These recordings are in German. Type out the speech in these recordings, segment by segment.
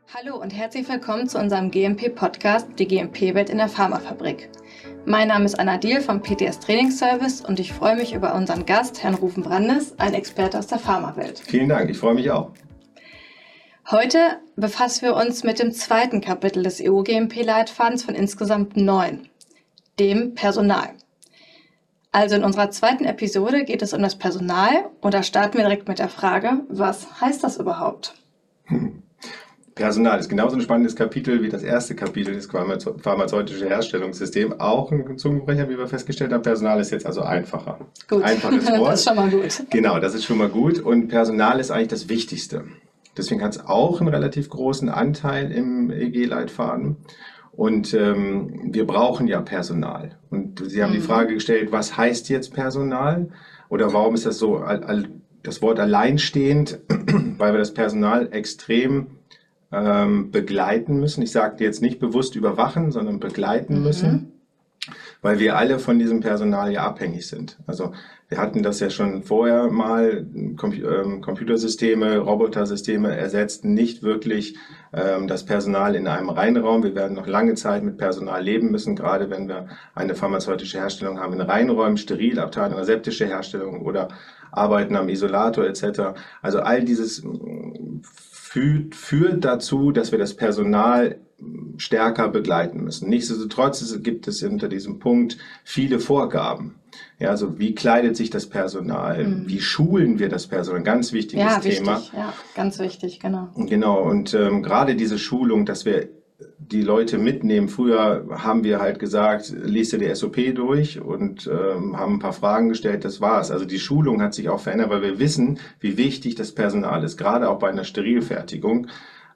Hallo und herzlich willkommen zu unserem GMP-Podcast, die GMP-Welt in der Pharmafabrik. Mein Name ist Anna Diehl vom PTS Trainingsservice und ich freue mich über unseren Gast, Herrn Rufen Brandes, ein Experte aus der Pharmawelt. Vielen Dank, ich freue mich auch. Heute befassen wir uns mit dem zweiten Kapitel des EU-GMP-Leitfadens von insgesamt 9, dem Personal. Also in unserer zweiten Episode geht es um das Personal und da starten wir direkt mit der Frage, was heißt das überhaupt? Personal ist genauso ein spannendes Kapitel wie das erste Kapitel, das pharmazeutische Herstellungssystem. Auch ein Zungenbrecher, wie wir festgestellt haben. Personal ist jetzt also einfacher. Gut, Einfaches Wort. das ist schon mal gut. Genau, das ist schon mal gut. Und Personal ist eigentlich das Wichtigste. Deswegen hat es auch einen relativ großen Anteil im EG-Leitfaden. Und wir brauchen ja Personal. Und Sie haben die Frage gestellt, was heißt jetzt Personal? Oder warum ist das so das Wort alleinstehend? Weil wir das Personal extrem begleiten müssen. Ich sagte jetzt nicht bewusst überwachen, sondern begleiten müssen, weil wir alle von diesem Personal ja abhängig sind. Also wir hatten das ja schon vorher mal, Computersysteme, Robotersysteme ersetzten nicht wirklich das Personal in einem Reinraum. Wir werden noch lange Zeit mit Personal leben müssen, gerade wenn wir eine pharmazeutische Herstellung haben in Reinräumen, Sterilabteilung, aseptische Herstellung oder arbeiten am Isolator etc. Also all dieses führt dazu, dass wir das Personal stärker begleiten müssen. Nichtsdestotrotz gibt es unter diesem Punkt viele Vorgaben. Ja, also wie kleidet sich das Personal? Wie schulen wir das Personal? Ein ganz wichtiges Thema. Ja, ganz wichtig, genau. Genau, und gerade diese Schulung, dass wir die Leute mitnehmen. Früher haben wir halt gesagt, liest dir die SOP durch und haben ein paar Fragen gestellt, das war's. Also die Schulung hat sich auch verändert, weil wir wissen, wie wichtig das Personal ist. Gerade auch bei einer Sterilfertigung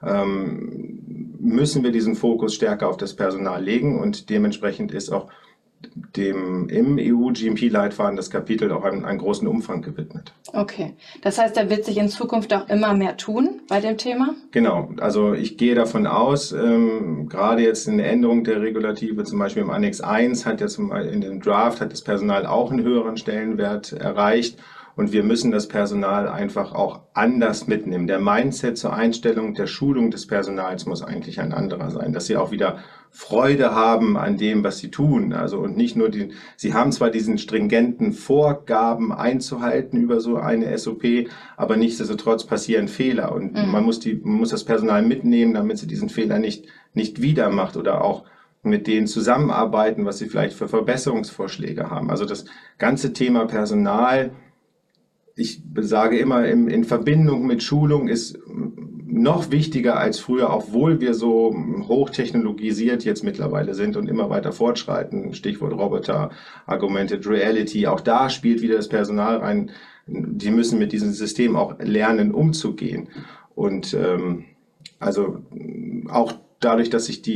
müssen wir diesen Fokus stärker auf das Personal legen und dementsprechend ist auch im EU-GMP-Leitfaden das Kapitel auch einen großen Umfang gewidmet. Okay, das heißt, da wird sich in Zukunft auch immer mehr tun bei dem Thema? Genau, also ich gehe davon aus, gerade jetzt in der Änderung der Regulative, zum Beispiel im Annex 1 hat ja in dem Draft hat das Personal auch einen höheren Stellenwert erreicht. Und wir müssen das Personal einfach auch anders mitnehmen. Der Mindset zur Einstellung, der Schulung des Personals muss eigentlich ein anderer sein, dass sie auch wieder Freude haben an dem, was sie tun. Also und nicht nur sie haben zwar diesen stringenten Vorgaben einzuhalten über so eine SOP, aber nichtsdestotrotz passieren Fehler und man muss das Personal mitnehmen, damit sie diesen Fehler nicht wieder macht oder auch mit denen zusammenarbeiten, was sie vielleicht für Verbesserungsvorschläge haben. Also das ganze Thema Personal, ich sage immer, in Verbindung mit Schulung ist noch wichtiger als früher, obwohl wir so hochtechnologisiert jetzt mittlerweile sind und immer weiter fortschreiten. Stichwort Roboter, Augmented Reality. Auch da spielt wieder das Personal rein. Die müssen mit diesem System auch lernen, umzugehen. Und also auch dadurch, dass sich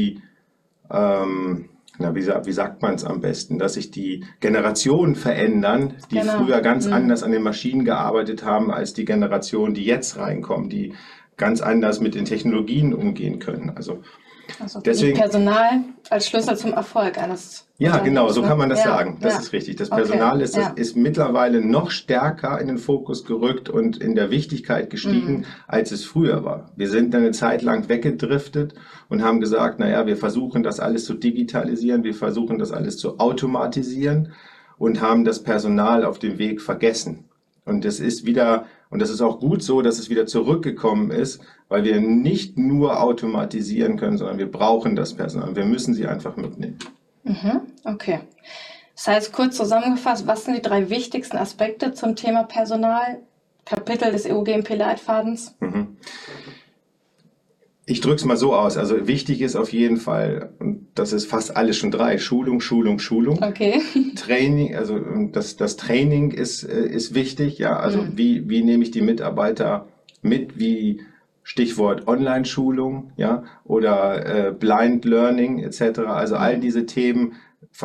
wie sagt man es am besten, dass sich die Generationen verändern, die früher ganz anders an den Maschinen gearbeitet haben, als die Generationen, die jetzt reinkommen, die ganz anders mit den Technologien umgehen können. Also deswegen Personal als Schlüssel zum Erfolg eines Ja, genau, so kann man das sagen. Das ist richtig. Das Personal ist mittlerweile noch stärker in den Fokus gerückt und in der Wichtigkeit gestiegen, als es früher war. Wir sind eine Zeit lang weggedriftet und haben gesagt, naja, wir versuchen das alles zu digitalisieren, wir versuchen das alles zu automatisieren und haben das Personal auf dem Weg vergessen. Und das ist auch gut so, dass es wieder zurückgekommen ist, weil wir nicht nur automatisieren können, sondern wir brauchen das Personal. Wir müssen sie einfach mitnehmen. Okay. Das heißt, kurz zusammengefasst, was sind die 3 wichtigsten Aspekte zum Thema Personal, Kapitel des EU-GMP-Leitfadens? Ich drücke es mal so aus. Also wichtig ist auf jeden Fall, und das ist fast alles schon 3, Schulung. Okay. Training, also das Training ist wichtig, ja. Also wie nehme ich die Mitarbeiter mit, wie Stichwort Online-Schulung, ja, oder Blind Learning etc. Also all diese Themen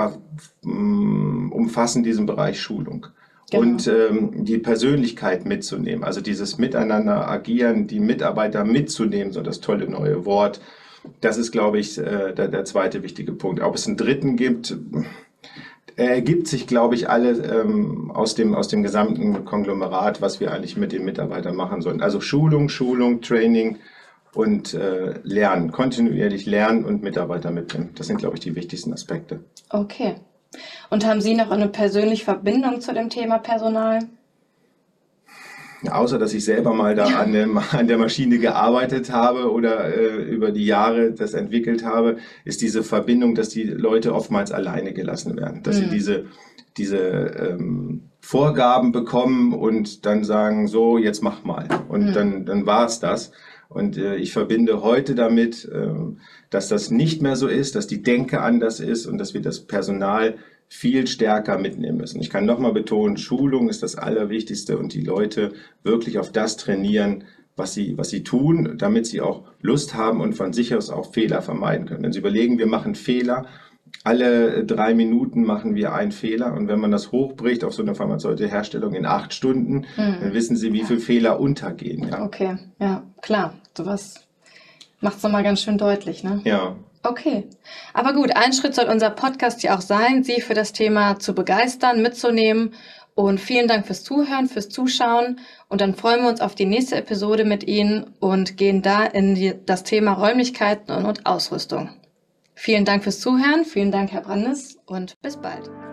umfassen diesen Bereich Schulung. Genau. Und die Persönlichkeit mitzunehmen, also dieses Miteinander agieren, die Mitarbeiter mitzunehmen, so das tolle neue Wort, das ist, glaube ich, der zweite wichtige Punkt. Ob es einen dritten gibt, ergibt sich, glaube ich, alle aus dem gesamten Konglomerat, was wir eigentlich mit den Mitarbeitern machen sollen. Also Schulung, Training und lernen, kontinuierlich lernen und Mitarbeiter mitnehmen. Das sind, glaube ich, die wichtigsten Aspekte. Okay. Und haben Sie noch eine persönliche Verbindung zu dem Thema Personal? Außer dass ich selber mal da an der Maschine gearbeitet habe oder über die Jahre das entwickelt habe, ist diese Verbindung, dass die Leute oftmals alleine gelassen werden. Dass sie diese Vorgaben bekommen und dann sagen, so, jetzt mach mal. Und dann war es das. Und ich verbinde heute damit, dass das nicht mehr so ist, dass die Denke anders ist und dass wir das Personal viel stärker mitnehmen müssen. Ich kann nochmal betonen, Schulung ist das Allerwichtigste und die Leute wirklich auf das trainieren, was sie tun, damit sie auch Lust haben und von sich aus auch Fehler vermeiden können. Wenn Sie überlegen, wir machen Fehler, alle 3 Minuten machen wir einen Fehler und wenn man das hochbricht auf so eine pharmazeutische Herstellung in 8 Stunden, dann wissen Sie, wie viele Fehler untergehen. Ja? Okay, ja, klar. Sowas macht es nochmal ganz schön deutlich, ne? Ja. Okay, aber gut, ein Schritt soll unser Podcast ja auch sein, Sie für das Thema zu begeistern, mitzunehmen. Und vielen Dank fürs Zuhören, fürs Zuschauen. Und dann freuen wir uns auf die nächste Episode mit Ihnen und gehen da in das Thema Räumlichkeiten und Ausrüstung. Vielen Dank fürs Zuhören, vielen Dank, Herr Brandes, und bis bald.